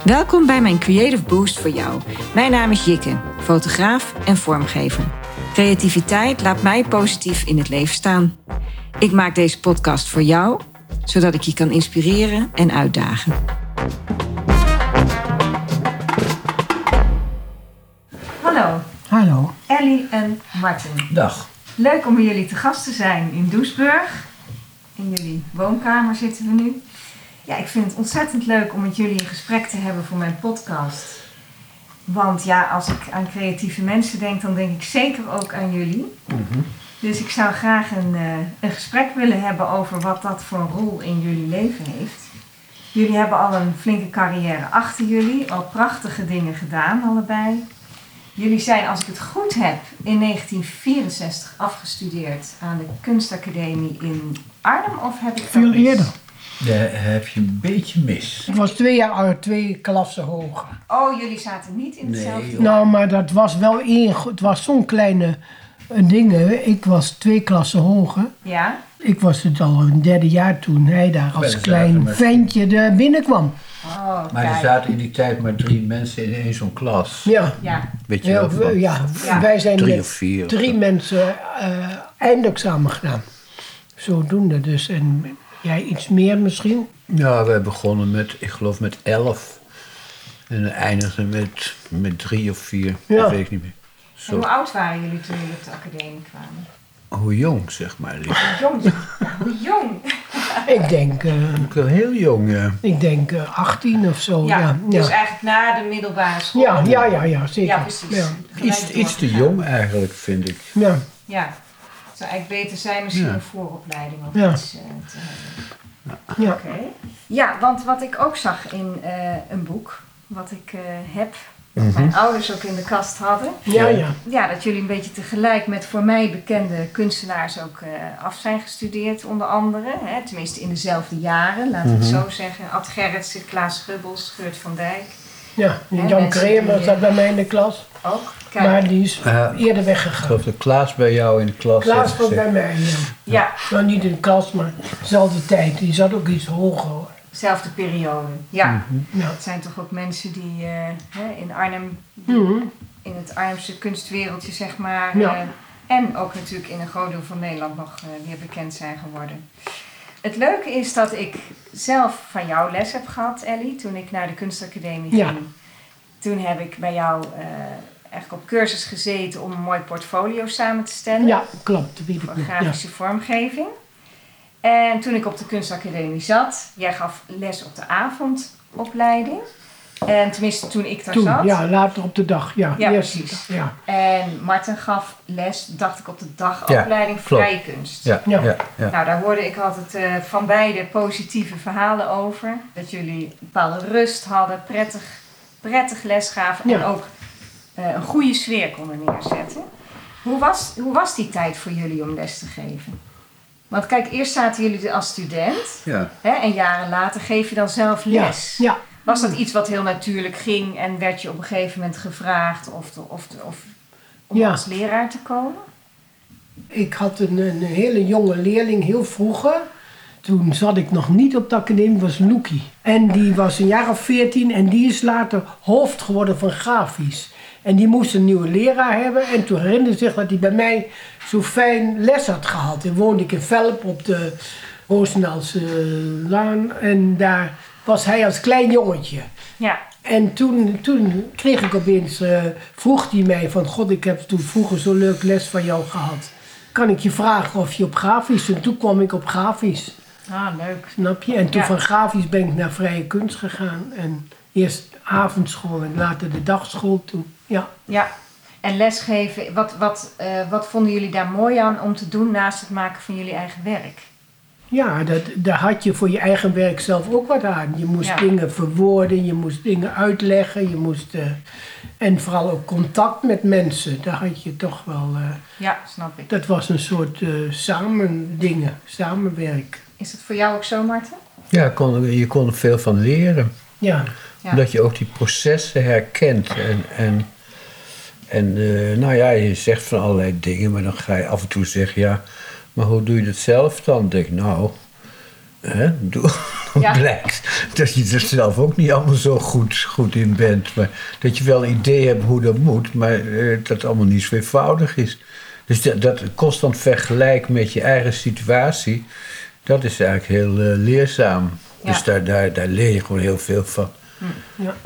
Welkom bij mijn Creative Boost voor jou. Mijn naam is Jikke, fotograaf en vormgever. Creativiteit laat mij positief in het leven staan. Ik maak deze podcast voor jou, zodat ik je kan inspireren en uitdagen. Hallo. Hallo. Ellie en Martin. Dag. Leuk om bij jullie te gast te zijn in Doesburg. In jullie woonkamer zitten we nu. Ja, ik vind het ontzettend leuk om met jullie een gesprek te hebben voor mijn podcast. Want ja, als ik aan creatieve mensen denk, dan denk ik zeker ook aan jullie. Mm-hmm. Dus ik zou graag een gesprek willen hebben over wat dat voor een rol in jullie leven heeft. Jullie hebben al een flinke carrière achter jullie, al prachtige dingen gedaan allebei. Jullie zijn, als ik het goed heb, in 1964 afgestudeerd aan de Kunstacademie in Arnhem, of heb ik dat veel eerder? Daar heb je een beetje mis. Ik was 2 jaar oud, 2 klassen hoger. Oh, jullie zaten niet in hetzelfde? Nee, Nou, maar dat was wel het was zo'n kleine dingen. Ik was 2 klassen hoger. Ja? Ik was het al in het 3e jaar toen hij daar als klein ventje er binnenkwam. Oh, maar er zaten in die tijd maar 3 mensen in één zo'n klas. Ja. Weet je wel van? Ja, wij zijn 3 met of 4. 3 mensen eindexamen gedaan. Zodoende dus. En jij iets meer misschien? Ja, we begonnen met, ik geloof met 11. En we eindigden met 3 of 4. Ja. Dat weet ik niet meer. Zo. En hoe oud waren jullie toen jullie op de academie kwamen? Hoe jong, zeg maar. Hoe jong? Ja, hoe jong? Ik denk... Ik wel heel jong, ja. Ik denk 18 of zo. Ja, dus eigenlijk na de middelbare school. Ja, zeker. Ja, precies. Ja. Iets te jong eigenlijk, vind ik. Ja. Ja. Het zou eigenlijk beter zijn misschien een vooropleiding of iets te hebben. Ja. Oké. Ja, want wat ik ook zag in een boek, wat ik heb, wat mijn ouders ook in de kast hadden. Ja. Ja, dat jullie een beetje tegelijk met voor mij bekende kunstenaars ook af zijn gestudeerd, onder andere. Hè? Tenminste in dezelfde jaren, laten we het zo zeggen. Ad Gerritsen, Klaas Schubbels, Geurt van Dijk. Ja, Jan Kremer zat bij mij in de klas. Ook. Kijk. Maar die is eerder Ik weggegaan. geloof dat Klaas bij jou in de klas Klaas was bij mij, Ja. Nou, niet in de klas, maar dezelfde tijd. Die zat ook iets hoger, hoor. Zelfde periode. Ja. Ja. Het zijn toch ook mensen die in Arnhem, in het Arnhemse kunstwereldje zeg maar, Ja. en ook natuurlijk in een groot deel van Nederland nog weer bekend zijn geworden. Het leuke is dat ik zelf van jou les heb gehad, Ellie, toen ik naar de kunstacademie ging. Ja. Toen heb ik bij jou eigenlijk op cursus gezeten om een mooi portfolio samen te stellen. Ja, klopt. Dat weet ik Voor nog. grafische vormgeving. En toen ik op de kunstacademie zat, jij gaf les op de avondopleiding. En tenminste toen ik daar zat. Ja, later op de dag. Ja, Ja, eerste precies. dag, ja. En Martin gaf les, dacht ik, op de dagopleiding vrije kunst. Ja. Nou, daar hoorde ik altijd van beide positieve verhalen over. Dat jullie een bepaalde rust hadden, prettig les gaven en ook een goede sfeer konden neerzetten. Hoe was die tijd voor jullie om les te geven? Want kijk, eerst zaten jullie als student en jaren later geef je dan zelf les. Ja. Was dat iets wat heel natuurlijk ging en werd je op een gegeven moment gevraagd om als leraar te komen? Ik had een hele jonge leerling heel vroeger. Toen zat ik nog niet op de academie, was Loekie. En die was een jaar of 14 en die is later hoofd geworden van grafisch. En die moest een nieuwe leraar hebben. En toen herinnerde zich dat hij bij mij zo fijn les had gehad. En woonde ik in Velp op de Roosendaalse Laan. En daar was hij als klein jongetje. Ja. En toen kreeg ik opeens, vroeg hij mij van... God, ik heb toen vroeger zo'n leuk les van jou gehad. Kan ik je vragen of je op grafisch... En toen kwam ik op grafisch. Ah, leuk. Snap je? En toen van grafisch ben ik naar vrije kunst gegaan. En eerst avondschool en later de dagschool toe. Ja. Ja. En lesgeven, wat vonden jullie daar mooi aan om te doen naast het maken van jullie eigen werk? Ja, daar had je voor je eigen werk zelf ook wat aan. Je moest dingen verwoorden, je moest dingen uitleggen, je moest... en vooral ook contact met mensen, daar had je toch wel... ja, snap ik. Dat was een soort samenwerk. Is het voor jou ook zo, Marten? Ja, je kon er veel van leren. Ja. Omdat je ook die processen herkent. En nou ja, je zegt van allerlei dingen, maar dan ga je af en toe zeggen... ja, maar hoe doe je dat zelf dan? Dan denk ik, nou, blijkt dat je er zelf ook niet allemaal zo goed in bent. Maar dat je wel een idee hebt hoe dat moet, maar dat het allemaal niet zo eenvoudig is. Dus dat constant vergelijk met je eigen situatie, dat is eigenlijk heel leerzaam. Ja. Dus daar leer je gewoon heel veel van. Ja.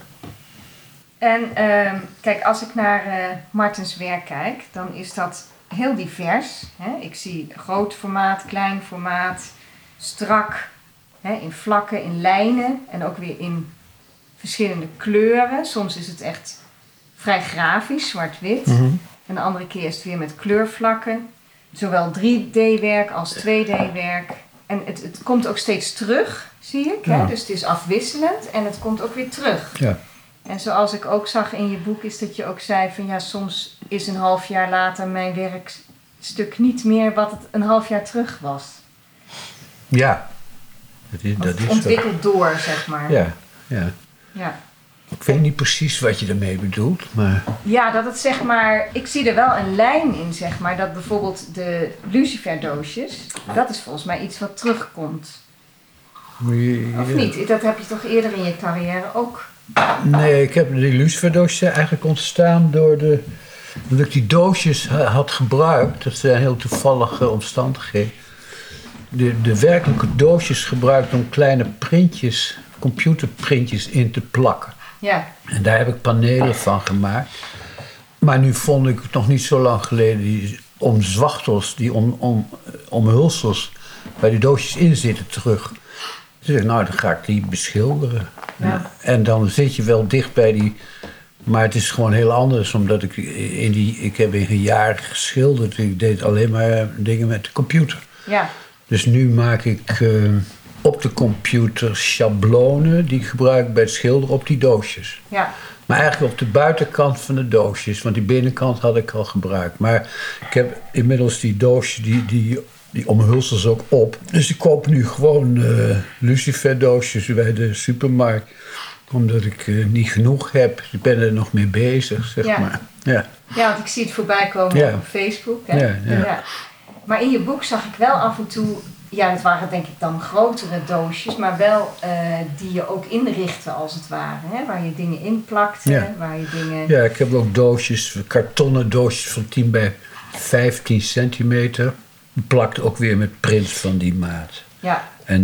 En kijk, als ik naar Martens werk kijk, dan is dat heel divers. Hè? Ik zie groot formaat, klein formaat, strak, hè? In vlakken, in lijnen en ook weer in verschillende kleuren. Soms is het echt vrij grafisch, zwart-wit. Mm-hmm. En de andere keer is het weer met kleurvlakken. Zowel 3D-werk als 2D-werk. En het komt ook steeds terug, zie ik. Hè? Dus het is afwisselend en het komt ook weer terug. Ja. En zoals ik ook zag in je boek is dat je ook zei van ja, soms is een half jaar later mijn werkstuk niet meer wat het een half jaar terug was. Ja, dat is ontwikkeld zo. Door, zeg maar. Ja. Ik weet niet precies wat je ermee bedoelt, maar... Ja, dat het zeg maar... Ik zie er wel een lijn in, zeg maar. Dat bijvoorbeeld de luciferdoosjes... Dat is volgens mij iets wat terugkomt. Ja. Of niet? Dat heb je toch eerder in je carrière ook... Nee, ik heb die luciferdoosjes eigenlijk ontstaan doordat ik die doosjes had gebruikt. Dat zijn heel toevallige omstandigheden. De werkelijke doosjes gebruikt om kleine printjes, computerprintjes in te plakken. Ja. En daar heb ik panelen van gemaakt. Maar nu vond ik nog niet zo lang geleden die omzwachtels, die omhulsels waar die doosjes in zitten terug. Dus ik nou, dan ga ik die beschilderen. Ja. En dan zit je wel dicht bij die... Maar het is gewoon heel anders, omdat ik heb in een jaar geschilderd. Ik deed alleen maar dingen met de computer. Ja. Dus nu maak ik op de computer schablonen die ik gebruik bij het schilderen op die doosjes. Ja. Maar eigenlijk op de buitenkant van de doosjes, want die binnenkant had ik al gebruikt. Maar ik heb inmiddels die doosjes, die omhulsels ook op. Dus ik koop nu gewoon luciferdoosjes bij de supermarkt. Omdat ik niet genoeg heb. Ik ben er nog mee bezig, zeg maar. Ja, want ik zie het voorbij komen op Facebook. Hè? Ja. Maar in je boek zag ik wel af en toe... Ja, dat waren denk ik dan grotere doosjes, maar wel die je ook inrichtte als het ware. Hè? Waar je dingen in plakte, waar je dingen... Ja, ik heb ook doosjes, kartonnen doosjes van 10 bij 15 centimeter. Plakt ook weer met prints van die maat. Ja. En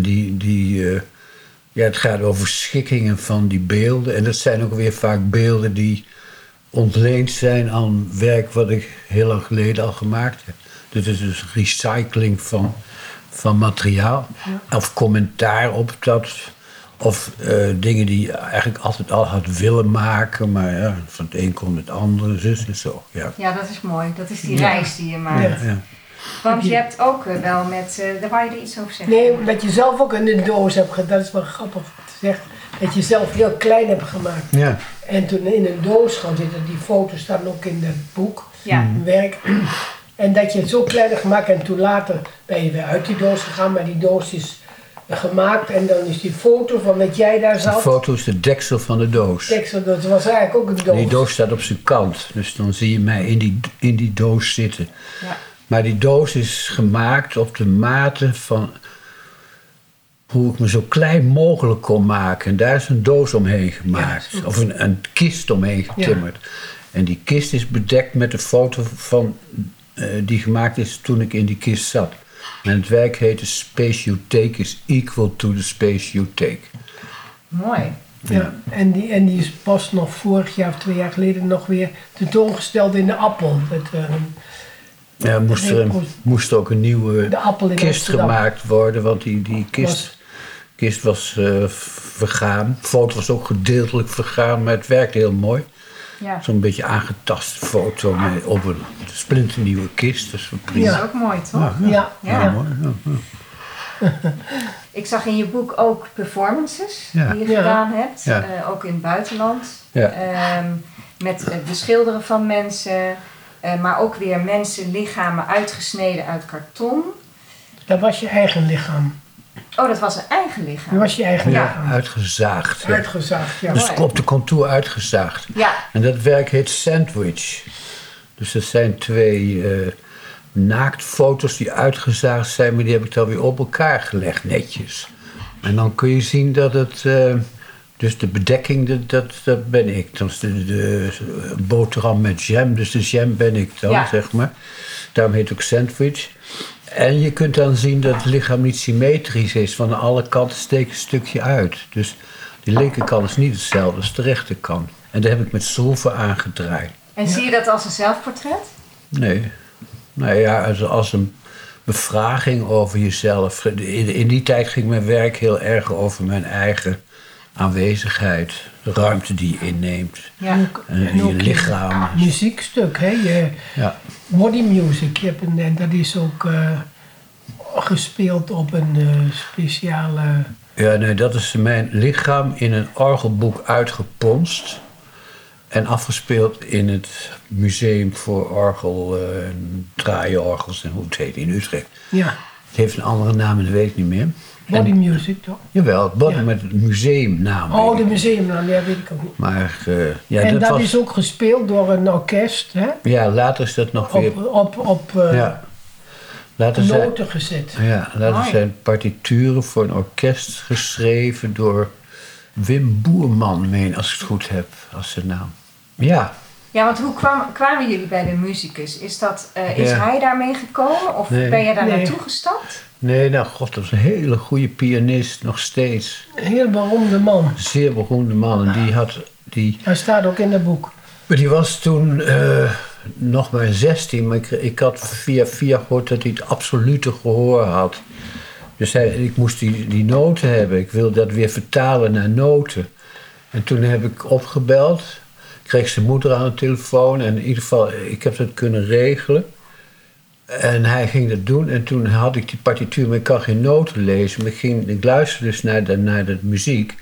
het gaat over schikkingen van die beelden. En dat zijn ook weer vaak beelden die ontleend zijn aan werk wat ik heel lang geleden al gemaakt heb. Dus het is recycling van materiaal. Ja. Of commentaar op dat. Of dingen die je eigenlijk altijd al had willen maken. Maar ja, van het een komt het andere. Dus en zo. Ja, dat is mooi. Dat is die reis die je maakt. Ja. Want je hebt ook wel met... daar wou je er iets over zeggen? Nee, dat je zelf ook in een doos hebt gedaan. Dat is wel grappig te zeggen. Dat je zelf heel klein hebt gemaakt. Ja. En toen in een doos gaan zitten. Die foto's staan ook in het boek. Ja. Werk. En dat je het zo klein hebt gemaakt. En toen later ben je weer uit die doos gegaan. Maar die doos is gemaakt. En dan is die foto van dat jij daar zat. De foto is de deksel van de doos. Dat was eigenlijk ook een doos. Die doos staat op zijn kant. Dus dan zie je mij in die doos zitten. Ja. Maar die doos is gemaakt op de mate van hoe ik me zo klein mogelijk kon maken. En daar is een doos omheen gemaakt. Ja, of een kist omheen getimmerd. Ja. En die kist is bedekt met een foto van, die gemaakt is toen ik in die kist zat. En het werk heette Space You Take is equal to the space you take. Mooi. Ja. En die is pas nog vorig jaar of 2 jaar geleden nog weer tentoongesteld in de Appel. Ja, moest ook een nieuwe kist gemaakt worden, want die kist was vergaan. De foto was ook gedeeltelijk vergaan, maar het werkte heel mooi. Ja. Zo'n beetje aangetaste foto op een splinternieuwe kist. Dat is ook mooi, toch? Ja. Mooi. Ja. Ik zag in je boek ook performances die je gedaan hebt, ook in het buitenland. Ja. Met het beschilderen van mensen... maar ook weer lichamen uitgesneden uit karton. Dat was je eigen lichaam. Oh, dat was een eigen lichaam? Dat was je eigen lichaam. Uitgezaagd. Ja. Uitgezaagd, ja. Dus op de contour uitgezaagd. Ja. En dat werk heet sandwich. Dus dat zijn 2 naaktfoto's die uitgezaagd zijn... maar die heb ik dan weer op elkaar gelegd, netjes. En dan kun je zien dat het... dus de bedekking, dat ben ik. Dus de boterham met jam, dus de jam ben ik dan, zeg maar. Daarom heet het ook sandwich. En je kunt dan zien dat het lichaam niet symmetrisch is. Van alle kanten steekt een stukje uit. Dus de linkerkant is niet hetzelfde als de rechterkant. En daar heb ik met schroeven aangedraaid. En zie je dat als een zelfportret? Nee. Nou ja, als een bevraging over jezelf. In die tijd ging mijn werk heel erg over mijn eigen aanwezigheid. De ruimte die je inneemt. Ja. En je lichaam. Muziekstuk, hè? Body music. En dat is ook gespeeld op een speciale... Ja, nee, dat is mijn lichaam in een orgelboek uitgeponst. En afgespeeld in het museum voor orgel, draaiorgels en hoe het heet in Utrecht. Ja. Het heeft een andere naam en dat weet ik niet meer. Body music, toch? Jawel, met het museumnaam. Oh, de museumnaam, ja, weet ik ook niet. Maar, en dat is ook gespeeld door een orkest, hè? Ja, later is dat nog weer... Op noten gezet. Ja, later zijn partituren voor een orkest geschreven door Wim Boerman, als ik het goed heb, als zijn naam. Ja. Ja, want hoe kwamen jullie bij de muzikus? Is hij daarmee gekomen of ben je daar naartoe gestapt? Nee, nou god, dat was een hele goede pianist, nog steeds. Een heel beroemde man. Zeer beroemde man. En Hij staat ook in het boek. Maar die was toen nog maar 16, maar ik had via gehoord dat hij het absolute gehoor had. Dus ik moest die noten hebben. Ik wilde dat weer vertalen naar noten. En toen heb ik opgebeld. Kreeg zijn moeder aan de telefoon. En in ieder geval, ik heb dat kunnen regelen. En hij ging dat doen. En toen had ik die partituur, maar ik kan geen noten lezen. Maar ik luisterde dus naar de muziek.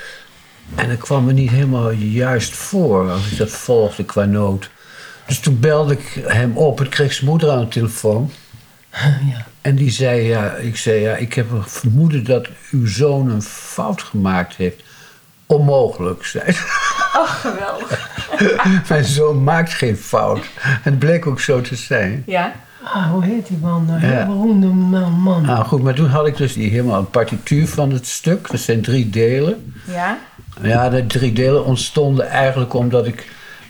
En dat kwam me niet helemaal juist voor als ik dat volgde qua noot. Dus toen belde ik hem op. Ik kreeg zijn moeder aan de telefoon. Ja. En die zei, ik heb een vermoeden dat uw zoon een fout gemaakt heeft. Onmogelijk, zei ze. Oh, geweldig. Mijn zoon maakt geen fout. En het bleek ook zo te zijn. Ja. Hoe heet die man? Een heel beroemde man. Nou goed, maar toen had ik dus helemaal een partituur van het stuk. Dat zijn 3 delen. Ja. Ja, de 3 delen ontstonden eigenlijk omdat ik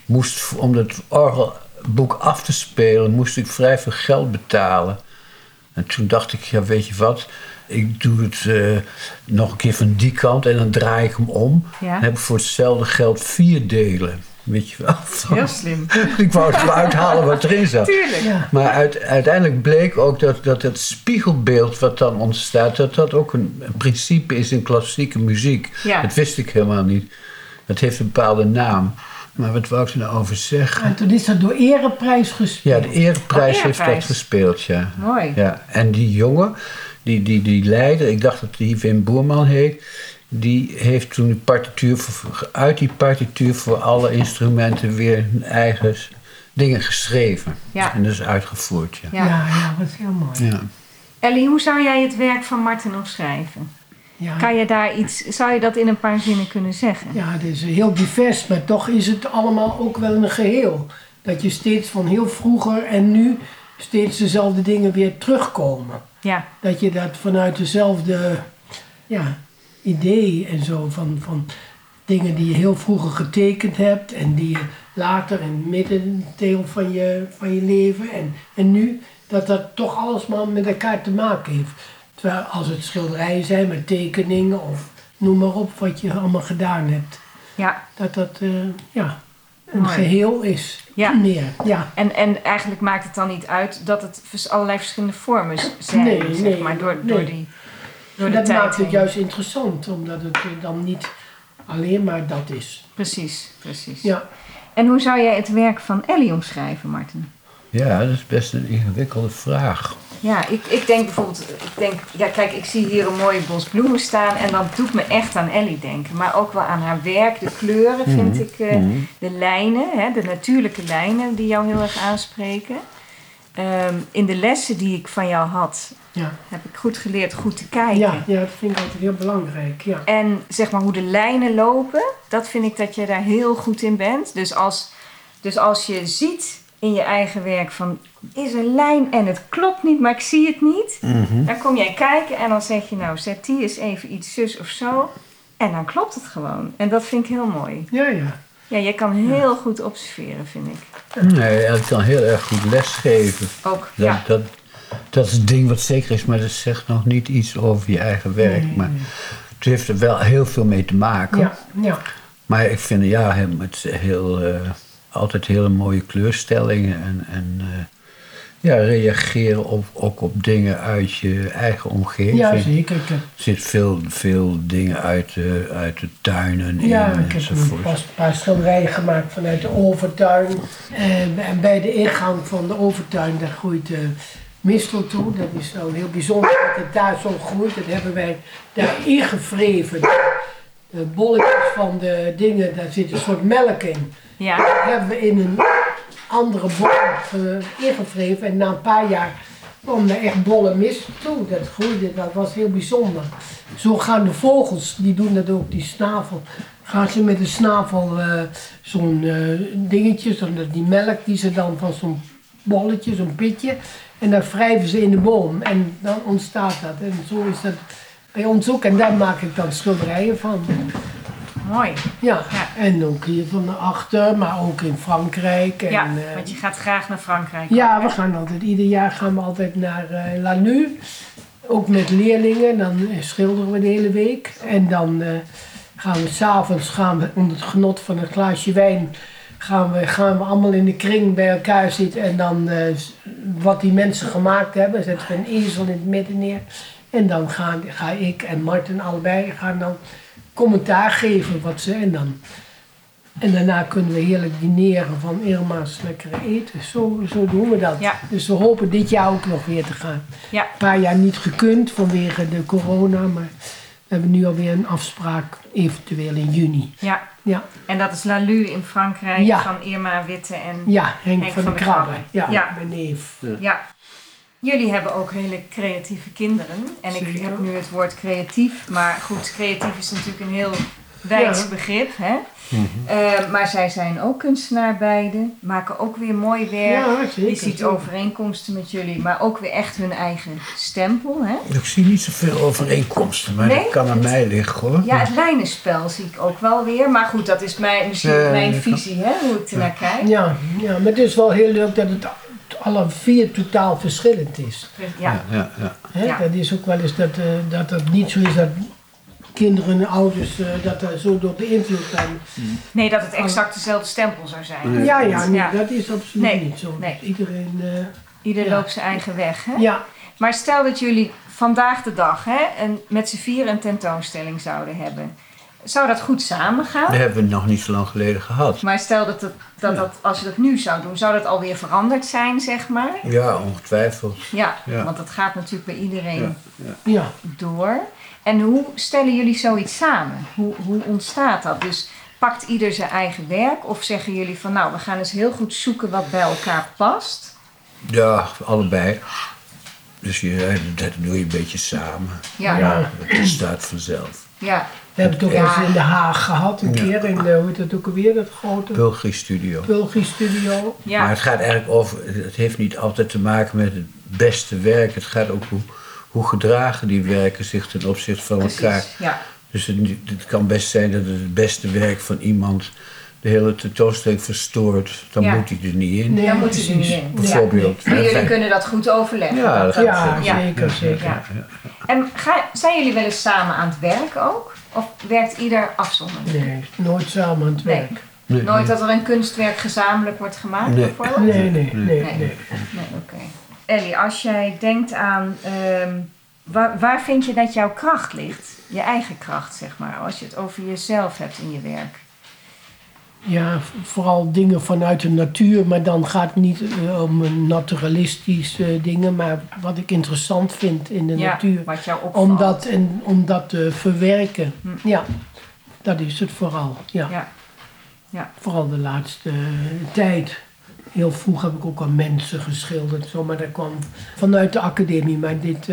om het orgelboek af te spelen, moest ik vrij veel geld betalen. En toen dacht ik, ja, weet je wat, ik doe het nog een keer van die kant en dan draai ik hem om. Ja. Dan heb ik voor hetzelfde geld 4 delen. Weet je wel? Heel slim. Ik wou het uithalen wat erin zat. Tuurlijk. Ja. Maar uiteindelijk bleek ook dat het spiegelbeeld wat dan ontstaat, dat ook een principe is in klassieke muziek. Ja. Dat wist ik helemaal niet. Dat heeft een bepaalde naam. Maar wat wou ik er nou over zeggen? En toen is dat door Ereprijs gespeeld. Ja, de Ereprijs heeft dat gespeeld, ja. Mooi. Ja. En die jongen, die leider, ik dacht dat die Wim Boerman heet, die heeft toen uit die partituur voor alle instrumenten weer hun eigen dingen geschreven. Ja. En dat is uitgevoerd, ja. Ja. Ja, dat is heel mooi. Ja. Ellie, hoe zou jij het werk van Marten omschrijven? Ja. Zou je dat in een paar zinnen kunnen zeggen? Ja, het is heel divers, maar toch is het allemaal ook wel een geheel. Dat je steeds van heel vroeger en nu steeds dezelfde dingen weer terugkomen. Ja. Dat je dat vanuit dezelfde idee en zo van dingen die je heel vroeger getekend hebt en die je later in het middendeel van je leven en nu, dat toch alles maar met elkaar te maken heeft. Terwijl als het schilderijen zijn met tekeningen of noem maar op wat je allemaal gedaan hebt. Ja. Dat een Mooi. geheel is. Ja. Meer. Ja. En eigenlijk maakt het dan niet uit dat het allerlei verschillende vormen zijn, Nee, zeg maar, door de Dat tijd maakt het heen. juist interessant, omdat het dan niet alleen maar dat is. Precies. Ja. En hoe zou jij het werk van Ellie omschrijven, Marten? Ja, dat is best een ingewikkelde vraag. Ja, ik denk bijvoorbeeld, kijk, ik zie hier een mooie bos bloemen staan en dat doet me echt aan Ellie denken. Maar ook wel aan haar werk, de kleuren vind ik, de lijnen, de natuurlijke lijnen die jou heel erg aanspreken. In de lessen die ik van jou had, heb ik goed geleerd goed te kijken. Ja, dat vind ik altijd heel belangrijk. Ja. En zeg maar hoe de lijnen lopen, dat vind ik dat je daar heel goed in bent. Dus als je ziet in je eigen werk van, is een lijn en het klopt niet, maar ik zie het niet. Dan kom jij kijken en dan zeg je, nou, zet die eens even iets zus of zo. En dan klopt het gewoon. En dat vind ik heel mooi. Ja. Ja, jij kan heel goed observeren, vind ik. Nee, ik kan heel erg goed lesgeven. Ook, ja. Dat is het ding wat zeker is, maar dat zegt nog niet iets over je eigen werk. Nee. Maar het heeft er wel heel veel mee te maken. Ja. Maar ik vind het altijd hele mooie kleurstellingen. En reageren ook op dingen uit je eigen omgeving. Ja, zeker. Er zit veel dingen uit de tuinen in Ja, ik heb enzovoort. pas een paar schilderijen gemaakt vanuit de overtuin. En bij de ingang van de overtuin, daar groeit mistletoe. Dat is nou heel bijzonder dat het daar zo groeit. Dat hebben wij daar ingevreven. De bolletjes van de dingen, daar zit een soort melk in. Ja. Dat hebben we in een andere bol ingevreven. En na een paar jaar kwam er echt bolle mist toe. Dat groeide, dat was heel bijzonder. Zo gaan de vogels, die doen dat ook, die snavel. Gaan ze met de snavel zo'n dingetje, die melk die ze dan van zo'n bolletje, zo'n pitje. En dan wrijven ze in de boom en dan ontstaat dat. En zo is dat bij ons ook. En daar maak ik dan schilderijen van. Mooi. Ja, en ook hier van achter, maar ook in Frankrijk. En, Ja, want je gaat graag naar Frankrijk. ja, we gaan altijd, ieder jaar gaan we altijd naar Lanu. Ook met leerlingen, dan schilderen we de hele week. En dan gaan we s'avonds, onder het genot van een glaasje wijn, gaan we allemaal in de kring bij elkaar zitten. En dan wat die mensen gemaakt hebben, zetten we een ezel in het midden neer. En dan ga ik en Martin allebei gaan dan commentaar geven wat ze en daarna kunnen we heerlijk dineren van Irma's lekkere eten. Zo doen we dat. Ja. Dus we hopen dit jaar ook nog weer te gaan. Ja. Een paar jaar niet gekund vanwege de corona, maar we hebben nu alweer een afspraak, eventueel in juni. Ja. Ja, En dat is Lalu in Frankrijk Ja. van Irma Witte en ja Henk van de Krabben. Ja, Ja. mijn neef. Ja. Jullie hebben ook hele creatieve kinderen. En ik Zeker. heb nu het woord creatief. Maar goed, creatief is natuurlijk een heel wijds Ja. begrip. Hè? Maar zij zijn ook kunstenaar beide. Maken ook weer mooi werk. Ja, zeker. Je ziet overeenkomsten met jullie. Maar ook weer echt hun eigen stempel. Hè? Ik zie niet zoveel overeenkomsten, maar Nee? dat kan aan mij liggen hoor. Ja, het lijnenspel zie ik ook wel weer. Maar goed, dat is misschien mijn visie. Hè? Hoe ik ernaar kijk. Ja, maar het is wel heel leuk dat het alle vier totaal verschillend is. Ja. Hè? Ja. Dat is ook wel eens dat het niet zo is dat kinderen en ouders dat er zo door beïnvloed zijn. Nee, dat het exact dezelfde stempel zou zijn. Nee. Ja, nee, Ja. dat is absoluut Nee, niet zo. nee. Dus iedereen, Ieder Ja. loopt zijn eigen weg. Hè? ja, Maar stel dat jullie vandaag de dag met z'n vier een tentoonstelling zouden hebben. Zou dat goed samengaan? Dat hebben we nog niet zo lang geleden gehad. Maar stel dat als je dat nu zou doen, zou dat alweer veranderd zijn, zeg maar? Ja, ongetwijfeld. Ja, Ja. want dat gaat natuurlijk bij iedereen ja. door. En hoe stellen jullie zoiets samen? Hoe ontstaat dat? Dus pakt ieder zijn eigen werk? Of zeggen jullie van nou, we gaan eens heel goed zoeken wat bij elkaar past? Ja, allebei. Dus dat doe je een beetje samen. Ja. Ja. Het ontstaat vanzelf. Ja. We hebben het ook Ja. eens in Den Haag gehad, een keer in, hoe heet het ook alweer, dat grote Pulgri Studio. Pulgri Studio. Ja. Maar het gaat eigenlijk over, het heeft niet altijd te maken met het beste werk. Het gaat ook hoe gedragen die werken zich ten opzichte van elkaar. Precies. Ja. Dus het kan best zijn dat het beste werk van iemand de hele tentoonstelling verstoort. Dan Ja. moet hij er niet in. Nee, Daar moeten ze niet precies. in. Bijvoorbeeld. Maar jullie kunnen dat goed overleggen. Ja, dat Ja, Ja. zeker. Ja. En zijn jullie wel eens samen aan het werk ook? Of werkt ieder afzonderlijk? Nee, nooit samen aan het Nee. werk. Nee, Nooit dat er een kunstwerk gezamenlijk wordt gemaakt Nee. bijvoorbeeld? Nee. Nee, oké. Ellie, als jij denkt aan... waar vind je dat jouw kracht ligt? Je eigen kracht, zeg maar. Als je het over jezelf hebt in je werk. Ja, vooral dingen vanuit de natuur, maar dan gaat het niet om naturalistische dingen, maar wat ik interessant vind in de natuur. Wat jou opvalt. Om dat te verwerken. Ja, dat is het vooral. Ja. Ja. Vooral de laatste tijd. Heel vroeg heb ik ook al mensen geschilderd, zo, maar dat kwam vanuit de academie. Maar dit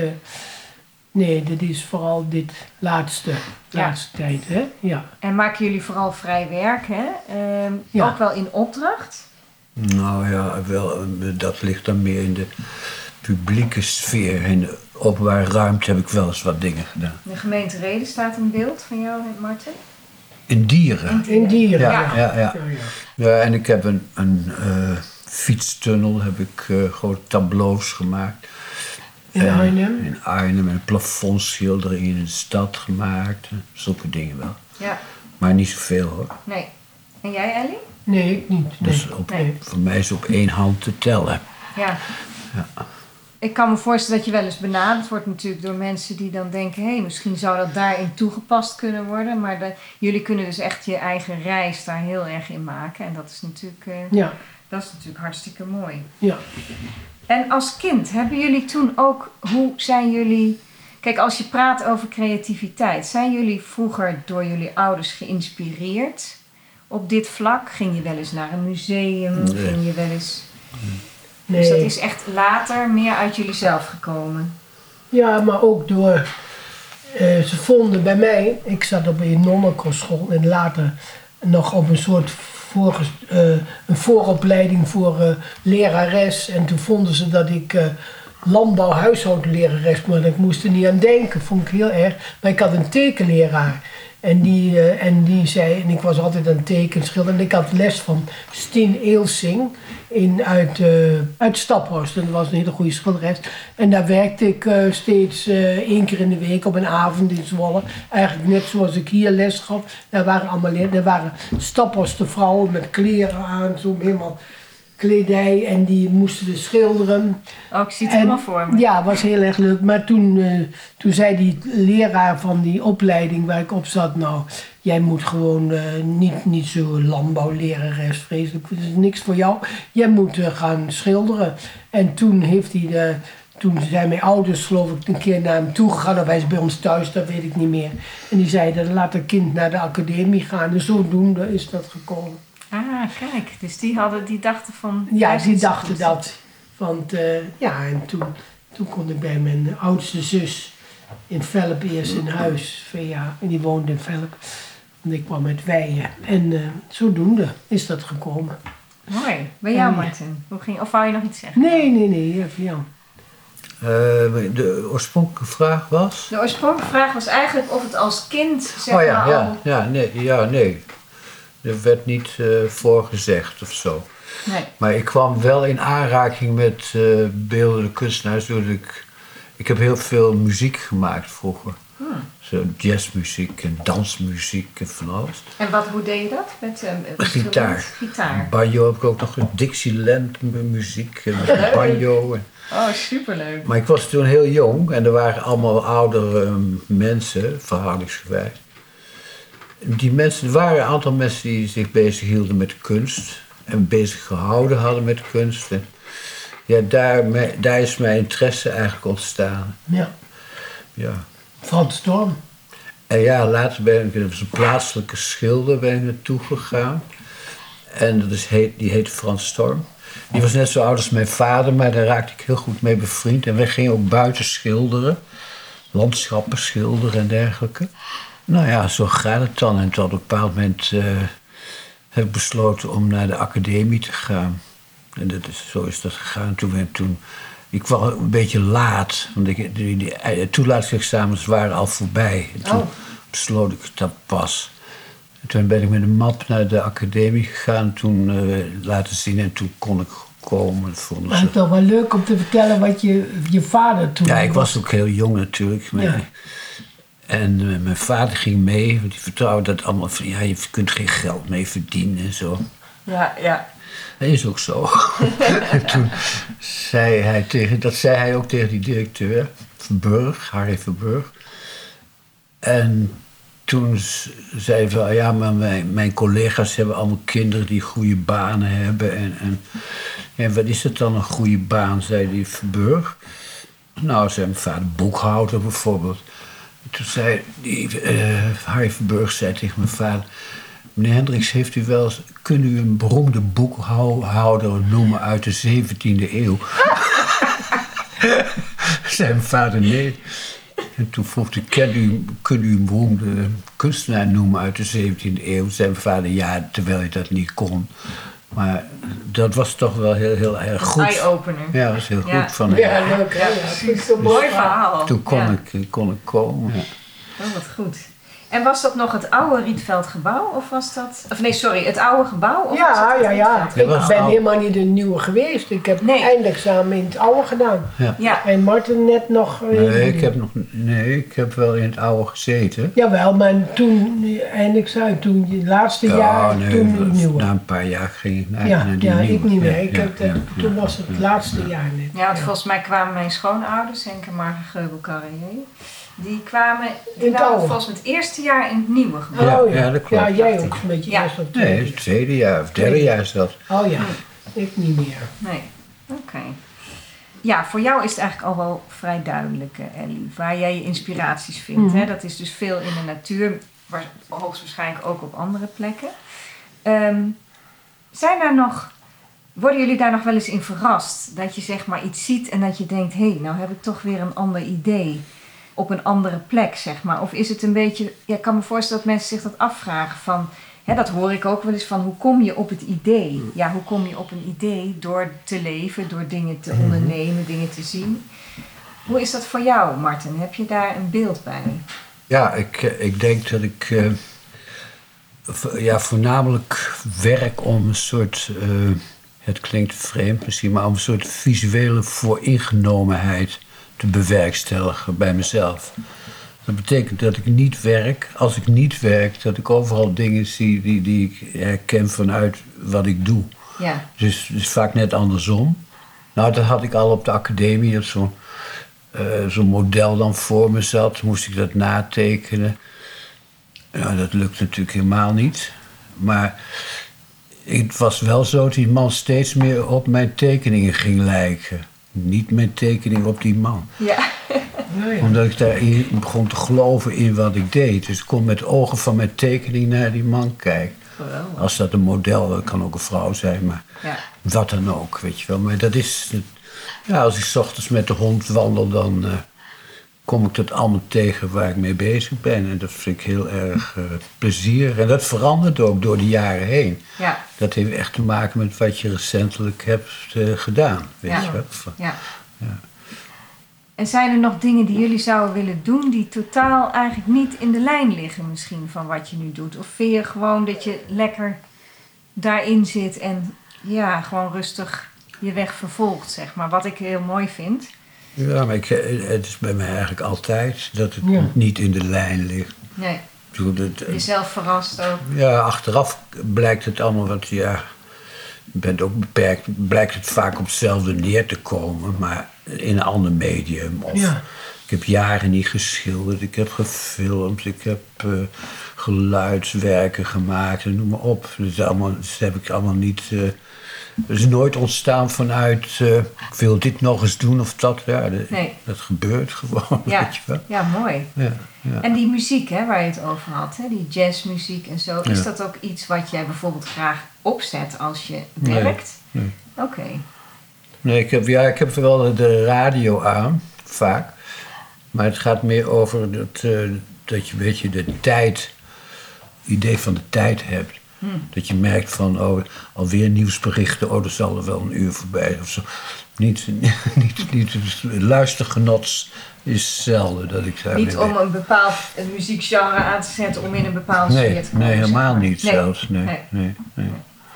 is vooral dit laatste tijd. Hè? Ja. En maken jullie vooral vrij werk, hè? Ja. Ook wel in opdracht? Nou ja, wel, dat ligt dan meer in de publieke sfeer. In de openbare ruimte heb ik wel eens wat dingen gedaan. In de gemeente Rheden staat een beeld van jou, Martin. In Dieren. In Dieren, Ja. Ja, en ik heb een fietstunnel, heb ik grote tableaus gemaakt. In Arnhem? In Arnhem, en plafondschilderingen in de stad gemaakt. Zulke dingen wel. Ja. Maar niet zoveel hoor. Nee. En jij, Ellie? Nee, ik niet. Nee. Dus voor mij is op één hand te tellen. Ja. Ja. Ik kan me voorstellen dat je wel eens benaderd wordt natuurlijk door mensen die dan denken... hé, misschien zou dat daarin toegepast kunnen worden. Maar jullie kunnen dus echt je eigen reis daar heel erg in maken. En dat is natuurlijk, dat is natuurlijk hartstikke mooi. Ja. En als kind, hebben jullie toen ook... Hoe zijn jullie... Kijk, als je praat over creativiteit... zijn jullie vroeger door jullie ouders geïnspireerd op dit vlak? Ging je wel eens naar een museum? Nee. Ging je wel eens... Nee. Dus dat is echt later meer uit jullie zelf gekomen? Ja, maar ook door... ze vonden bij mij... Ik zat op een nonnenkostschool en later nog op een soort een vooropleiding voor lerares. En toen vonden ze dat ik landbouw-huishoudlerares, maar ik moest er niet aan denken. Vond ik heel erg. Maar ik had een tekenleraar. En die zei, en ik was altijd aan het tekenschilderen. En ik had les van Stien Eelsing uit Staphorst. En dat was een hele goede schilderes. En daar werkte ik steeds 1 keer in de week op een avond in Zwolle. Eigenlijk net zoals ik hier les gaf. Daar waren Staphorster vrouwen met kleren aan, zo helemaal kledij. En die moesten dus schilderen. Oh, ik zie het helemaal voor me. Ja, was heel erg leuk. Maar toen zei die leraar van die opleiding waar ik op zat... nou, jij moet gewoon niet zo landbouwlerares, vreselijk. Dat is niks voor jou. Jij moet gaan schilderen. En toen toen zijn mijn ouders, geloof ik, een keer naar hem toe gegaan. Of hij is bij ons thuis, dat weet ik niet meer. En die zeiden, laat het kind naar de academie gaan. En zodoende is dat gekomen. Ah, kijk. Dus die dachten van... Ja, die dachten dat. Want en toen kon ik bij mijn oudste zus in Velp eerst in huis. En die woonde in Velp. En ik kwam uit Weijen. En zodoende is dat gekomen. Mooi. Bij jou, Martin. Of wou je nog iets zeggen? Nee, voor jou. De oorspronkelijke vraag was? De oorspronkelijke vraag was eigenlijk of het als kind, zeg maar, al... Nee. Er werd niet voorgezegd of zo. Nee. Maar ik kwam wel in aanraking met beeldende kunstenaars doordat ik heb heel veel muziek gemaakt vroeger. Zo jazzmuziek en dansmuziek en van alles. En hoe deed je dat? Met Gitaar. Banjo heb ik ook nog, Dixieland muziek en banjo. Oh, superleuk. Maar ik was toen heel jong en er waren allemaal oudere mensen, verhoudingsgewijs. Er waren een aantal mensen die zich bezig hielden met kunst en bezig gehouden hadden met kunst. En ja, daar is mijn interesse eigenlijk ontstaan. Ja. Frans Storm. En ja, later ben ik een plaatselijke schilder naartoe gegaan. En die heette Frans Storm. Die was net zo oud als mijn vader, maar daar raakte ik heel goed mee bevriend. En wij gingen ook buiten schilderen, landschappen schilderen en dergelijke. Nou ja, zo gaat het dan. En tot op een bepaald moment heb ik besloten om naar de academie te gaan. En zo is dat gegaan. Ik kwam een beetje laat, want die toelatingsexamens waren al voorbij. En toen besloot ik dat pas. En toen ben ik met een map naar de academie gegaan, toen laten zien en toen kon ik komen. Maar het is toch wel leuk om te vertellen wat je vader toen... Ja, ik was ook heel jong natuurlijk. Ja. En mijn vader ging mee, want die vertrouwde dat allemaal van, je kunt geen geld mee verdienen en zo. Ja. Dat is ook zo. En toen zei hij ook tegen die directeur, Harry Verburg. En toen zei hij van, ja, maar mijn collega's hebben allemaal kinderen die goede banen hebben. En wat is het dan een goede baan, zei die Verburg. Nou, zei mijn vader, boekhouder bijvoorbeeld. Toen zei Harry Verburg zei tegen mijn vader, meneer Hendricks, kunt u een beroemde boekhouder noemen uit de 17e eeuw? Zei mijn vader, nee. En toen vroeg hij, kunt u een beroemde kunstenaar noemen uit de 17e eeuw? Zei mijn vader, ja, terwijl hij dat niet kon. Maar dat was toch wel heel erg goed. Eye-opener. Ja, dat was heel Ja. goed van Ja, leuk hè? Ja, Ja, vind ik zo Mooi verhaal. Toen Ja. kon ik komen. Ja. Oh, wat goed. En was dat nog het oude Rietveldgebouw? Of was dat... Of nee, sorry, het oude gebouw? Of was Ja, het het ja, ja. Rietveldgebouw? was Ik ben oud. helemaal niet in de nieuwe geweest. Ik heb Nee. eindexamen in het oude gedaan. Ja, En Martin net nog... Ik heb wel in het oude gezeten. Jawel, maar toen eindexamen, toen het laatste jaar, toen het nieuwe. Na een paar jaar ging ik naar Ja, die ja, nieuwe. ik niet meer. Ja, Toen was het laatste jaar net. ja, want volgens mij kwamen mijn schoonouders, Henk en Marga Geubel-Carrier, die In het waren oude. volgens mij het eerste jaar in het nieuwe gebouw. Ja, Oh ja, dat klopt. Ja, jij Dacht ook ik. een beetje Ja. eerst op Nee, het tweede jaar of derde jaar is dat. Oh ja, ik niet meer. Nee, oké. Ja, voor jou is het eigenlijk al wel vrij duidelijk, Ellie, waar jij je inspiraties vindt. Hè? Dat is dus veel in de natuur, hoogstwaarschijnlijk ook op andere plekken. Worden jullie daar nog wel eens in verrast? Dat je zeg maar iets ziet en dat je denkt, hé, nou heb ik toch weer een ander idee op een andere plek, zeg maar. Of is het een beetje, ja, ik kan me voorstellen dat mensen zich dat afvragen van, hè, dat hoor ik ook wel eens van, hoe kom je op het idee? Ja, hoe kom je op een idee? Door te leven, door dingen te ondernemen, dingen te zien. Hoe is dat voor jou, Martin? Heb je daar een beeld bij? Ja, ik denk dat ik voornamelijk werk om een soort, het klinkt vreemd misschien, maar om een soort visuele vooringenomenheid te bewerkstelligen bij mezelf. Dat betekent dat ik niet werk. Als ik niet werk, dat ik overal dingen zie die ik herken vanuit wat ik doe. Ja, Dus het is vaak net andersom. Nou, dat had ik al op de academie. Dat zo'n model dan voor me zat. Moest ik dat natekenen. Nou, dat lukt natuurlijk helemaal niet. Maar het was wel zo dat die man steeds meer op mijn tekeningen ging lijken. Niet mijn tekening op die man. ja. Ja, ja. Omdat ik daarin begon te geloven in wat ik deed. Dus ik kon met ogen van mijn tekening naar die man kijken. Geweldig. Als dat een model, dat kan ook een vrouw zijn, maar Ja. wat dan ook, weet je wel. Maar dat is, ja, als ik 's ochtends met de hond wandel, dan kom ik dat allemaal tegen waar ik mee bezig ben. En dat vind ik heel erg plezierig. En dat verandert ook door de jaren heen. Ja. Dat heeft echt te maken met wat je recentelijk hebt gedaan, weet Ja. je wel. Ja. Ja. En zijn er nog dingen die jullie zouden willen doen die totaal eigenlijk niet in de lijn liggen misschien van wat je nu doet? Of vind je gewoon dat je lekker daarin zit en ja, gewoon rustig je weg vervolgt, zeg maar. Wat ik heel mooi vind. Ja, maar het is bij mij eigenlijk altijd dat het Ja. niet in de lijn ligt. Nee, Ik bedoel, jezelf verrast ook. ja, achteraf blijkt het allemaal wat, ja, je bent ook beperkt, blijkt het vaak op hetzelfde neer te komen, maar in een ander medium. Of Ja. ik heb jaren niet geschilderd, ik heb gefilmd, ik heb geluidswerken gemaakt, en noem maar op. Dat heb ik allemaal niet. Het is nooit ontstaan vanuit, ik wil dit nog eens doen of dat. Ja, Nee. dat gebeurt gewoon, Ja, weet je wel. ja, mooi. Ja, ja. En die muziek hè, waar je het over had, hè, die jazzmuziek en zo. Is Ja. dat ook iets wat jij bijvoorbeeld graag opzet als je Nee, werkt? nee. Oké. Nee, ik heb wel de radio aan, vaak. Maar het gaat meer over dat je een beetje de tijd, idee van de tijd hebt. Dat je merkt van, oh, alweer nieuwsberichten, oh, er zal er wel een uur voorbij of zo. Niet luistergenot is zelden dat ik daar Niet om een bepaald muziekgenre aan te zetten om in een bepaalde sfeer Nee, te komen. nee, zeg helemaal maar. niet Nee. zelfs. Nee, Nee. nee, nee.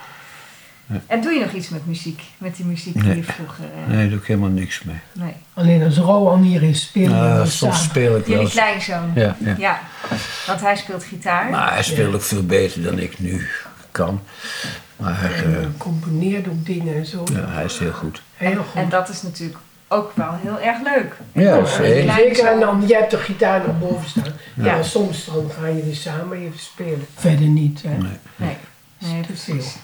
En doe je nog iets met muziek? Met die muziek die Nee. je vroeger... Nee, daar doe ik helemaal niks mee. nee. Alleen als Rowan hier is, spelen we Soms samen. speel ik wel Jullie eens. kleinzoon. Ja, ja. Ja, want hij speelt gitaar. Maar hij speelt ook veel beter dan ik nu kan. Maar En componeert ook dingen en zo. ja, hij is heel goed. Heel goed. En dat is natuurlijk ook wel heel erg leuk. Ja, zeker. Zeker, en dan, jij hebt de gitaar nog boven staan. Ja. Ja, soms dan gaan jullie samen even spelen. Verder niet, hè. Nee. Nee, Te precies. veel.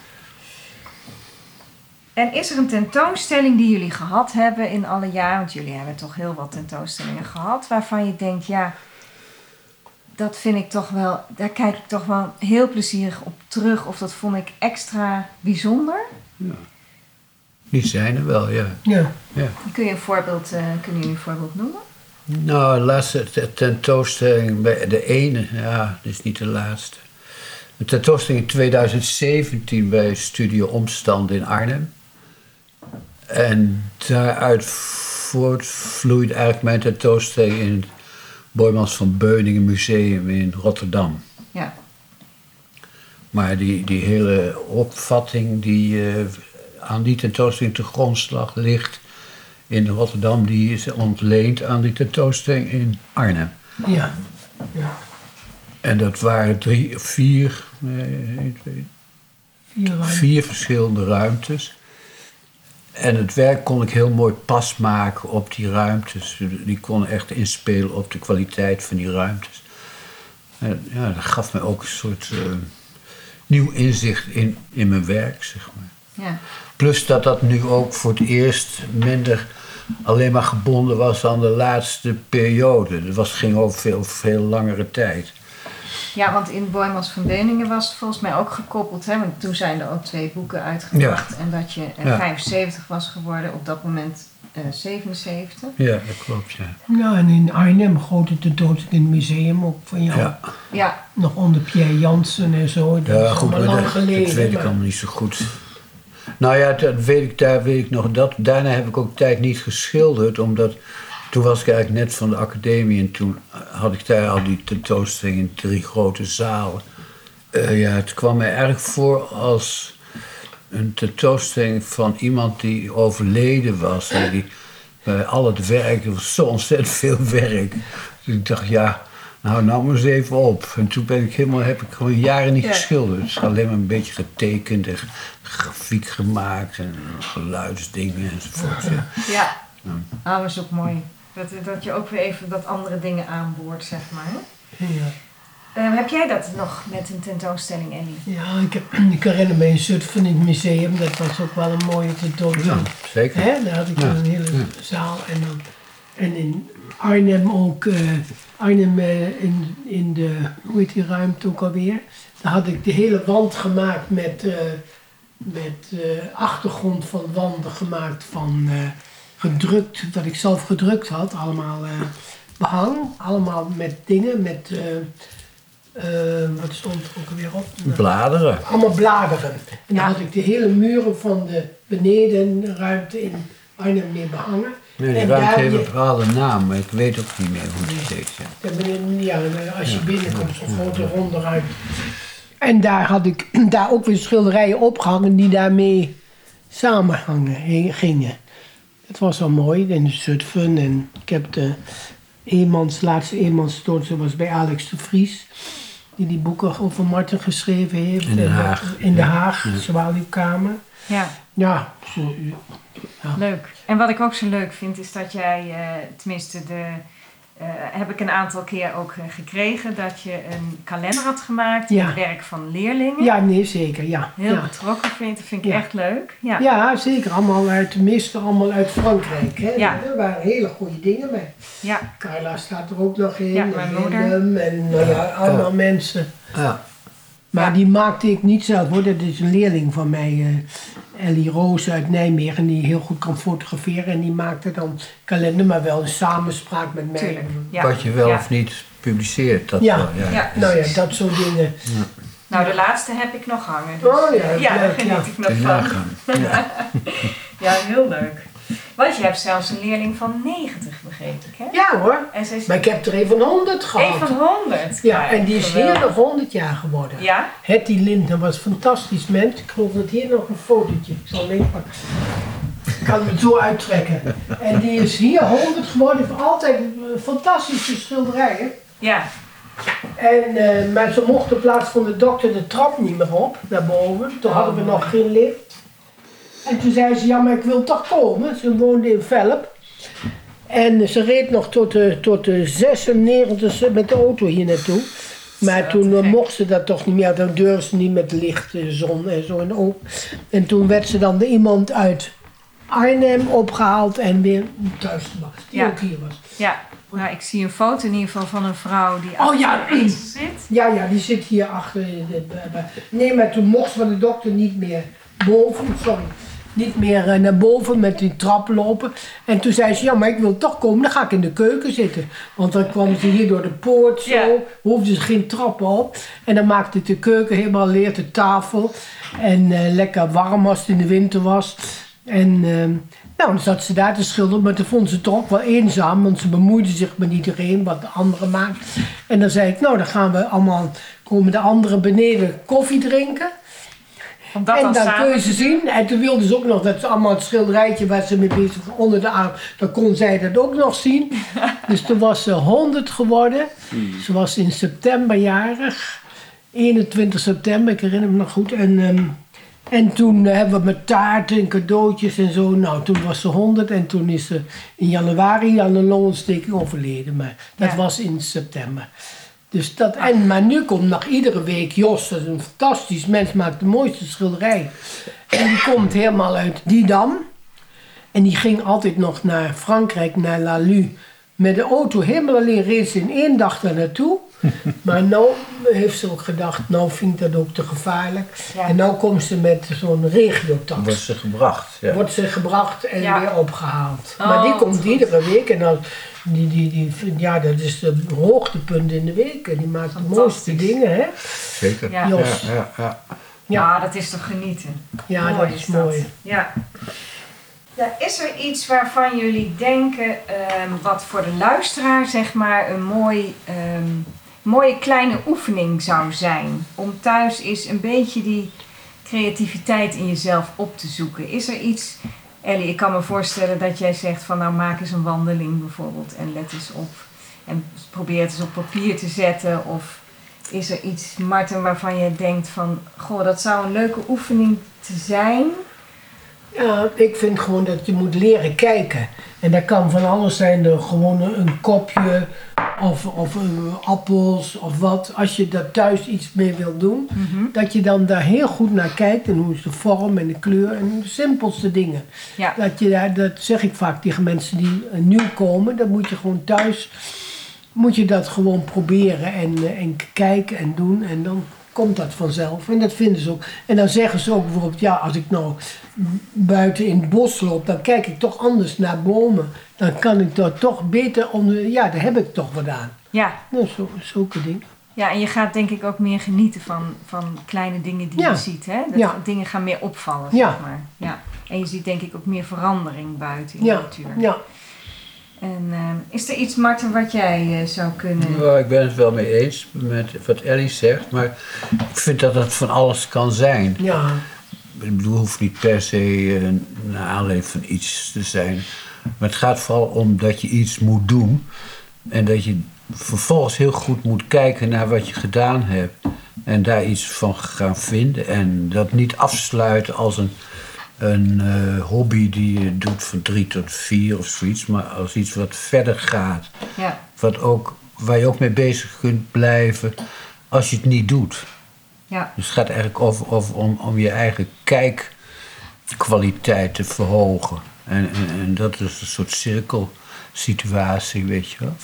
En is er een tentoonstelling die jullie gehad hebben in alle jaren? Want jullie hebben toch heel wat tentoonstellingen gehad. Waarvan je denkt, ja, dat vind ik toch wel... Daar kijk ik toch wel heel plezierig op terug. Of dat vond ik extra bijzonder. Die zijn er wel, ja. Ja. Kunnen jullie een voorbeeld noemen? Nou, de laatste tentoonstelling, bij de ene, ja, dat is niet de laatste. een tentoonstelling in 2017 bij Studio Omstand in Arnhem. En daaruit voortvloeit eigenlijk mijn tentoonstelling in het Boijmans van Beuningen Museum in Rotterdam. Ja. Maar die hele opvatting die aan die tentoonstelling te grondslag ligt in Rotterdam, die is ontleend aan die tentoonstelling in Arnhem. Ja. Ja. En dat waren 4 verschillende ruimtes. En het werk kon ik heel mooi pas maken op die ruimtes. Die kon echt inspelen op de kwaliteit van die ruimtes. En ja, dat gaf me ook een soort nieuw inzicht in mijn werk, zeg maar. Ja. Plus dat nu ook voor het eerst minder alleen maar gebonden was aan de laatste periode. Het ging over veel langere tijd. Ja, want in Boijmans van Beuningen was het volgens mij ook gekoppeld. Hè? Want toen zijn er ook 2 boeken uitgebracht. Ja. En dat je 75 was geworden, op dat moment 77. Ja, dat klopt, ja. Nou, en in Arnhem grote tentoonstelling in het museum ook van jou. Ja. Ja. Nog onder Pierre Jansen en zo. Dat is goed, allemaal lang geleden. Dat weet ik allemaal niet zo goed. Nou ja, daar weet ik nog. Daarna heb ik ook tijd niet geschilderd, omdat toen was ik eigenlijk net van de academie en toen had ik daar al die tentoonstelling in 3 grote zalen. Het kwam mij eigenlijk voor als een tentoonstelling van iemand die overleden was. En die bij al het werk, er was zo ontzettend veel werk. Dus ik dacht, ja, nou maar eens even op. En toen heb ik gewoon jaren niet geschilderd. Dus alleen maar een beetje getekend en grafiek gemaakt en geluidsdingen enzovoort. Ja, dat is ook mooi. Dat je ook weer even dat andere dingen aanboort, zeg maar. Hè? Ja. Heb jij dat nog met een tentoonstelling, Ellie? Ja, ik herinner me in Zutphen in het museum, dat was ook wel een mooie tentoonstelling. Ja, zeker. Hè? Daar had ik een hele zaal. En in Arnhem ook, in de, hoe heet die ruimte ook alweer? Daar had ik de hele wand gemaakt met achtergrond van wanden gemaakt van gedrukt, wat ik zelf gedrukt had. Allemaal behang, allemaal met dingen, met... wat stond er ook alweer op? Bladeren. Allemaal bladeren. En dan had ik de hele muren van de benedenruimte in Arnhem mee behangen. Nee, die ruimte heeft een bepaalde naam, maar ik weet ook niet meer hoe die heet. Als je binnenkomt, zo'n grote ronde ruimte. En daar had ik daar ook weer schilderijen opgehangen die daarmee samenhangen gingen. Het was wel mooi in Zutphen en ik heb de laatste eenmanstoortse was bij Alex de Vries. Die boeken over Marten geschreven heeft. In Den Haag. In Den Haag, Zwaluwkamer. Ja. Ja, leuk. En wat ik ook zo leuk vind is dat jij, tenminste heb ik een aantal keer ook gekregen, dat je een kalender had gemaakt in het werk van leerlingen. Ja, nee, zeker, ja. Heel betrokken vind ik echt leuk. Ja. Ja, zeker. Allemaal allemaal uit Frankrijk. Hè. Ja. Er waren hele goede dingen mee. Ja. Carla staat er ook nog in. Ja, mijn moeder. En allemaal mensen. Ja. Maar die maakte ik niet zelf hoor. Dat is een leerling van mij, Ellie Roos uit Nijmegen, die heel goed kan fotograferen. En die maakte dan kalender, maar wel een samenspraak met mij. Ja. Wat je wel of niet publiceert. Dat ja. Wel, ja. Nou ja, dat soort dingen. Ja. Nou, de laatste heb ik nog hangen. Dus, daar geniet ik nog van. Ja, heel leuk. Want je hebt zelfs een leerling van 90, begreep ik, hè? Ja hoor, en maar ik heb er een van 100 gehad. Een van 100? Ja, en die is hier nog 100 jaar geworden. Ja? Hetty Lindner was een fantastisch mens. Ik geloof dat hier nog een fotootje. Ik zal hem even pakken. Ik kan hem zo uittrekken. En die is hier 100 geworden. Heeft altijd fantastische schilderijen. Ja. En, maar ze mocht in plaats van de dokter de trap niet meer op, naar boven. Toen hadden we nog geen lift. En toen zei ze, ja maar ik wil toch komen. Ze woonde in Velp. En ze reed nog tot de 96 met de auto hier naartoe. Maar toen mocht ze dat toch niet meer. Dan durfde ze niet met licht, zon en zo. En toen werd ze dan iemand uit Arnhem opgehaald en weer thuis gebracht. Die ook hier was. Ja. Nou, ik zie een foto in ieder geval van een vrouw die achter zit. Ja, die zit hier achter. Nee, maar toen mocht ze van de dokter niet meer boven, niet meer naar boven met die trap lopen. En toen zei ze, ja, maar ik wil toch komen, dan ga ik in de keuken zitten. Want dan kwam ze hier door de poort zo, Ja. hoefde ze geen trappen op. En dan maakte ik de keuken helemaal leer, de tafel. En lekker warm als het in de winter was. En dan zat ze daar te schilderen, maar toen vond ze het toch ook wel eenzaam. Want ze bemoeide zich met iedereen, wat de anderen maakten. En dan zei ik, nou dan gaan we allemaal, komen de anderen beneden koffie drinken. Om dat En dan dan samen kun je ze zien. En toen wilde ze ook nog dat ze allemaal het schilderijtje waar ze mee bezig was onder de arm. Dan kon zij dat ook nog zien. Dus toen was ze 100 geworden. Ze was in september jarig. 21 september, ik herinner me nog goed. En toen hebben we met taarten en cadeautjes en zo. Nou, toen was ze 100 en toen is ze in januari aan een longontsteking overleden. Maar dat Ja. was in september. Dus dat, maar nu komt nog iedere week Jos, dat is een fantastisch mens, maakt de mooiste schilderij. En die komt helemaal uit Didam. En die ging altijd nog naar Frankrijk, naar Lalu. Met de auto helemaal alleen reed ze in 1 dag daar naartoe. Maar nou heeft ze ook gedacht, nou vind ik dat ook te gevaarlijk. Ja. En nou komt ze met zo'n regiotax. Wordt ze gebracht. Ja. Wordt ze gebracht en Ja. weer opgehaald. Oh, maar die wat komt goed. iedere week. En dan, ja, dat is de hoogtepunt in de week. En die maakt de mooiste Fantastisch. dingen, hè? Zeker. Ja. Jos. Ja, ja, ja. Ja, dat is toch genieten. Ja, Mooi dat is mooi. Ja. Ja, is er iets waarvan jullie denken, wat voor de luisteraar zeg maar een mooie kleine oefening zou zijn? Om thuis eens een beetje die creativiteit in jezelf op te zoeken. Is er iets, Ellie, ik kan me voorstellen dat jij zegt van nou maak eens een wandeling bijvoorbeeld en let eens op. En probeer het eens op papier te zetten. Of is er iets, Marten, waarvan je denkt van goh, dat zou een leuke oefening te zijn? Ja, ik vind gewoon dat je moet leren kijken. En dat kan van alles zijn, gewoon een kopje of appels of wat. Als je daar thuis iets mee wilt doen, dat je dan daar heel goed naar kijkt. En hoe is de vorm en de kleur en de simpelste dingen. Ja. Dat zeg ik vaak tegen mensen die nieuw komen. Dan moet je gewoon thuis, moet je dat gewoon proberen en kijken en doen. En dan komt dat vanzelf. En dat vinden ze ook. En dan zeggen ze ook bijvoorbeeld, ja, als ik nou buiten in het bos loop, dan kijk ik toch anders naar bomen. Dan kan ik daar toch beter onder, ja, daar heb ik toch wat aan. Ja. Nou, zulke dingen. Ja, en je gaat denk ik ook meer genieten van kleine dingen die Ja. je ziet. Hè? Dat Ja. dingen gaan meer opvallen, Ja. zeg maar. Ja. En je ziet denk ik ook meer verandering buiten in de Ja, natuur. ja. En is er iets, Marten, wat jij zou kunnen... Nou, ik ben het wel mee eens met wat Ellie zegt, maar ik vind dat het van alles kan zijn. Ja. Ik bedoel, het hoeft niet per se naar aanleiding van iets te zijn. Maar het gaat vooral om dat je iets moet doen. En dat je vervolgens heel goed moet kijken naar wat je gedaan hebt. En daar iets van gaan vinden. En dat niet afsluiten als een hobby die je doet van 3 tot 4 of zoiets. Maar als iets wat verder gaat. Ja. Waar je ook mee bezig kunt blijven als je het niet doet. Ja. Dus het gaat eigenlijk om je eigen kijkkwaliteit te verhogen. En dat is een soort cirkelsituatie, weet je wel.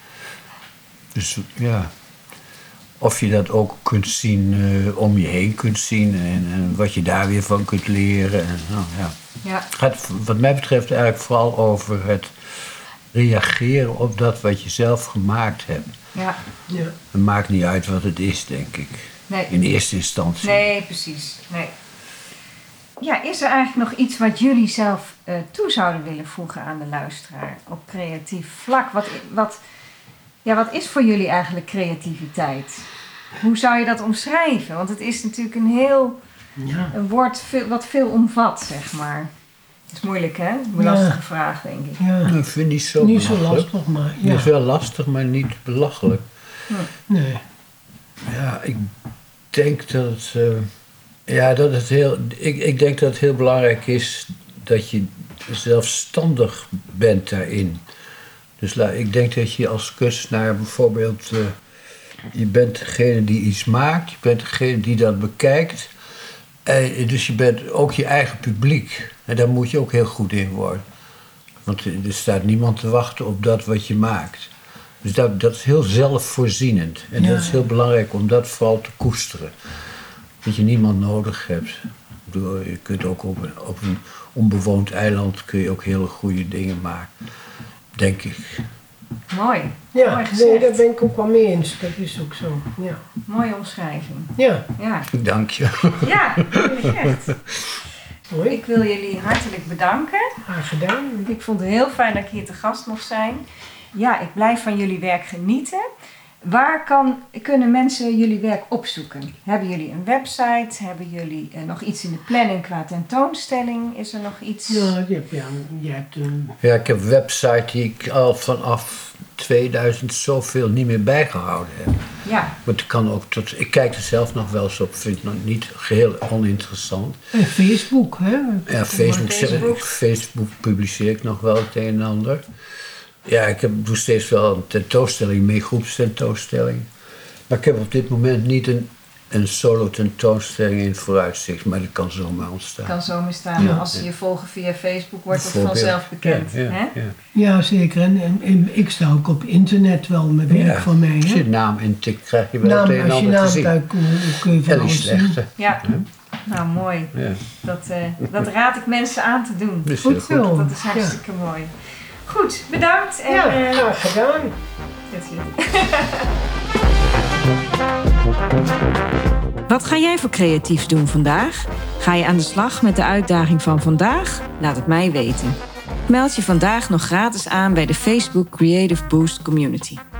Dus ja, of je dat ook kunt zien, om je heen kunt zien en wat je daar weer van kunt leren. En, nou, ja. Ja. Het gaat wat mij betreft eigenlijk vooral over het reageren op dat wat je zelf gemaakt hebt. Ja. Ja. Het maakt niet uit wat het is, denk ik. Nee. In eerste instantie. Nee, precies. Nee. Ja, is er eigenlijk nog iets wat jullie zelf toe zouden willen voegen aan de luisteraar op creatief vlak? Wat is voor jullie eigenlijk creativiteit? Hoe zou je dat omschrijven? Want het is natuurlijk een woord wat veel omvat, zeg maar. Het is moeilijk, hè? Een lastige vraag, denk ik. Ja. Ik vind het niet zo Niet zo belachelijk. lastig, maar Het ja. is wel lastig, maar niet belachelijk. Nee. Ja, ik denk dat ik denk dat het heel belangrijk is dat je zelfstandig bent daarin. Dus ik denk dat je als kunstenaar bijvoorbeeld, je bent degene die iets maakt, je bent degene die dat bekijkt. Dus je bent ook je eigen publiek. En daar moet je ook heel goed in worden. Want er staat niemand te wachten op dat wat je maakt. Dus dat is heel zelfvoorzienend. En Ja. dat is heel belangrijk om dat vooral te koesteren. Dat je niemand nodig hebt. Ik bedoel, je kunt ook op een onbewoond eiland kun je ook hele goede dingen maken. Denk ik. Mooi. Ja, Mooi gezegd. nee, daar ben ik ook wel mee eens. Dat is ook zo. Ja. Mooie omschrijving. Ja, Ja, Dank je. ja, vind ik echt. mooi. Ik wil jullie hartelijk bedanken. Graag gedaan. Ik vond het heel fijn dat ik hier te gast mocht zijn. Ja, ik blijf van jullie werk genieten. Waar kunnen mensen jullie werk opzoeken? Hebben jullie een website? Hebben jullie nog iets in de planning qua tentoonstelling? Is er nog iets? Ja, je hebt een... Ja, ik heb een website die ik al vanaf 2000 zoveel niet meer bijgehouden heb. Ja, Want ik kijk er zelf nog wel eens op, vind het nog niet geheel oninteressant. En Facebook, hè? Ja, Facebook publiceer ik nog wel het een en ander. Ja, ik doe steeds wel een tentoonstelling mee, groepstentoonstelling. Maar ik heb op dit moment niet een solo tentoonstelling in het vooruitzicht, maar dat kan zomaar ontstaan. kan zo staan. Ja. Als ze je volgen via Facebook, wordt het Bijvoorbeeld. vanzelf bekend. Ja, hè? ja. Ja, zeker. En ik sta ook op internet wel met werk Ja, van mij. Als je Hè? naam intikt, krijg je wel het een en Als je ander te naam zien. duikt, kun je van Ellie alles zien. Slechte. Ja, nou mooi. Ja, Dat raad ik mensen aan te doen. dus heel Goed goed. zo. Dat is hartstikke mooi. Goed, bedankt. En, Ja, graag gedaan. that's it. Wat ga jij voor creatiefs doen vandaag? Ga je aan de slag met de uitdaging van vandaag? Laat het mij weten. Meld je vandaag nog gratis aan bij de Facebook Creative Boost Community.